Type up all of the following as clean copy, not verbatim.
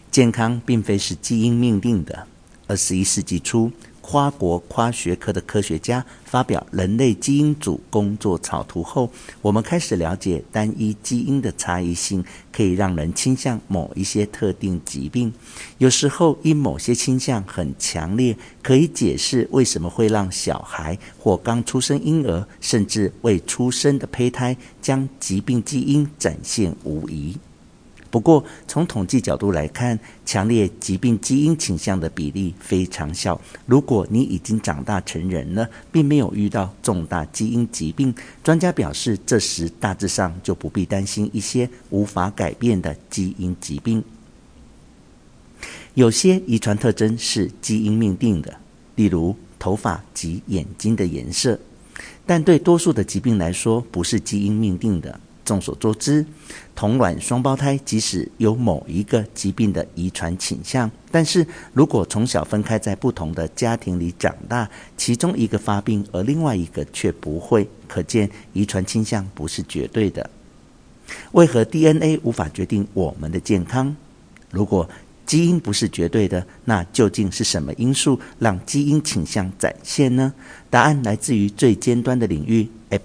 健康并非是基因命定的。21世纪初，跨国跨学科的科学家发表人类基因组工作草图后，我们开始了解单一基因的差异性可以让人倾向某一些特定疾病。有时候因某些倾向很强烈，可以解释为什么会让小孩或刚出生婴儿，甚至未出生的胚胎将疾病基因展现无疑。不过，从统计角度来看，强烈疾病基因倾向的比例非常小。如果你已经长大成人了，并没有遇到重大基因疾病，专家表示，这时大致上就不必担心一些无法改变的基因疾病。有些遗传特征是基因命定的，例如头发及眼睛的颜色，但对多数的疾病来说，不是基因命定的。众所周知，同卵双胞胎即使有某一个疾病的遗传倾向，但是如果从小分开在不同的家庭里长大，其中一个发病而另外一个却不会，可见遗传倾向不是绝对的。为何 DNA 无法决定我们的健康？如果基因不是绝对的，那究竟是什么因素让基因倾向展现呢？答案来自于最尖端的领域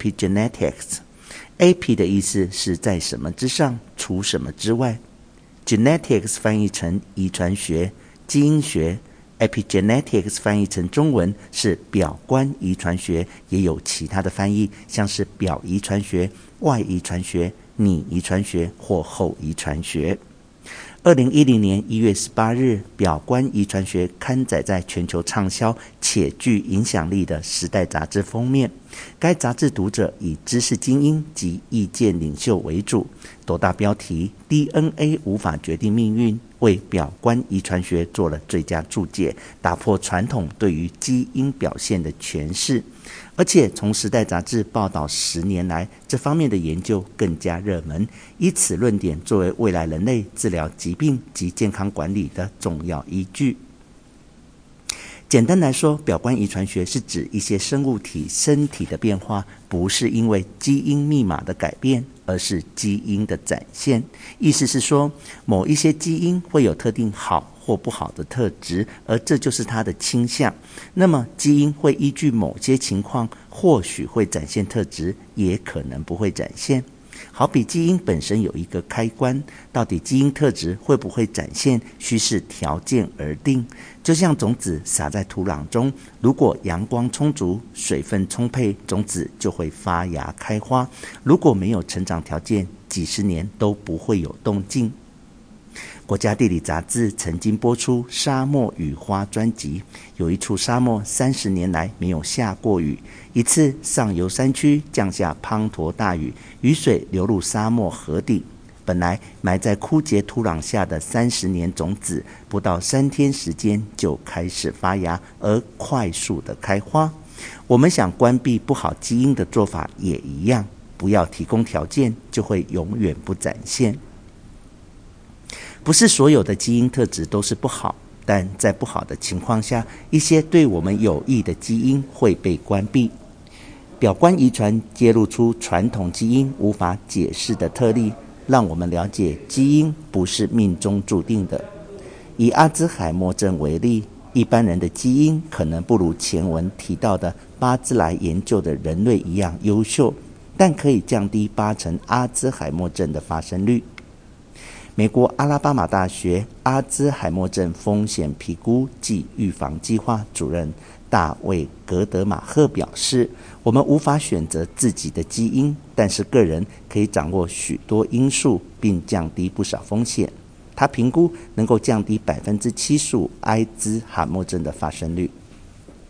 Epigenetics。Epi 的意思是在什么之上，除什么之外。Genetics 翻译成遗传学、基因学， Epigenetics 翻译成中文是表观遗传学，也有其他的翻译，像是表遗传学、外遗传学、拟遗传学或后遗传学。2010年1月18日，表观遗传学刊载在全球畅销且具影响力的《时代》杂志封面。该杂志读者以知识精英及意见领袖为主，斗大标题 DNA 无法决定命运，为表观遗传学做了最佳注解，打破传统对于基因表现的诠释。而且从《时代》杂志报道10年来，这方面的研究更加热门，以此论点作为未来人类治疗疾病及健康管理的重要依据。简单来说，表观遗传学是指一些生物体身体的变化，不是因为基因密码的改变，而是基因的展现。意思是说，某一些基因会有特定好或不好的特质，而这就是它的倾向。那么基因会依据某些情况，或许会展现特质，也可能不会展现。好比基因本身有一个开关，到底基因特质会不会展现，需视条件而定。就像种子撒在土壤中，如果阳光充足，水分充沛，种子就会发芽开花。如果没有成长条件，几十年都不会有动静。国家地理杂志曾经播出沙漠雨花专辑，有一处沙漠30年来没有下过雨，一次上游山区降下滂沱大雨，雨水流入沙漠河底，本来埋在枯竭土壤下的30年种子，不到3天时间就开始发芽，而快速的开花。我们想关闭不好基因的做法也一样，不要提供条件，就会永远不展现。不是所有的基因特质都是不好，但在不好的情况下，一些对我们有益的基因会被关闭。表观遗传揭露出传统基因无法解释的特例，让我们了解基因不是命中注定的。以阿兹海默症为例，一般人的基因可能不如前文提到的巴兹莱研究的人类一样优秀，但可以降低80%阿兹海默症的发生率。美国阿拉巴马大学阿兹海默症风险评估暨预防计划主任大卫·格德马赫表示，我们无法选择自己的基因，但是个人可以掌握许多因素，并降低不少风险。他评估能够降低75%阿兹海默症的发生率。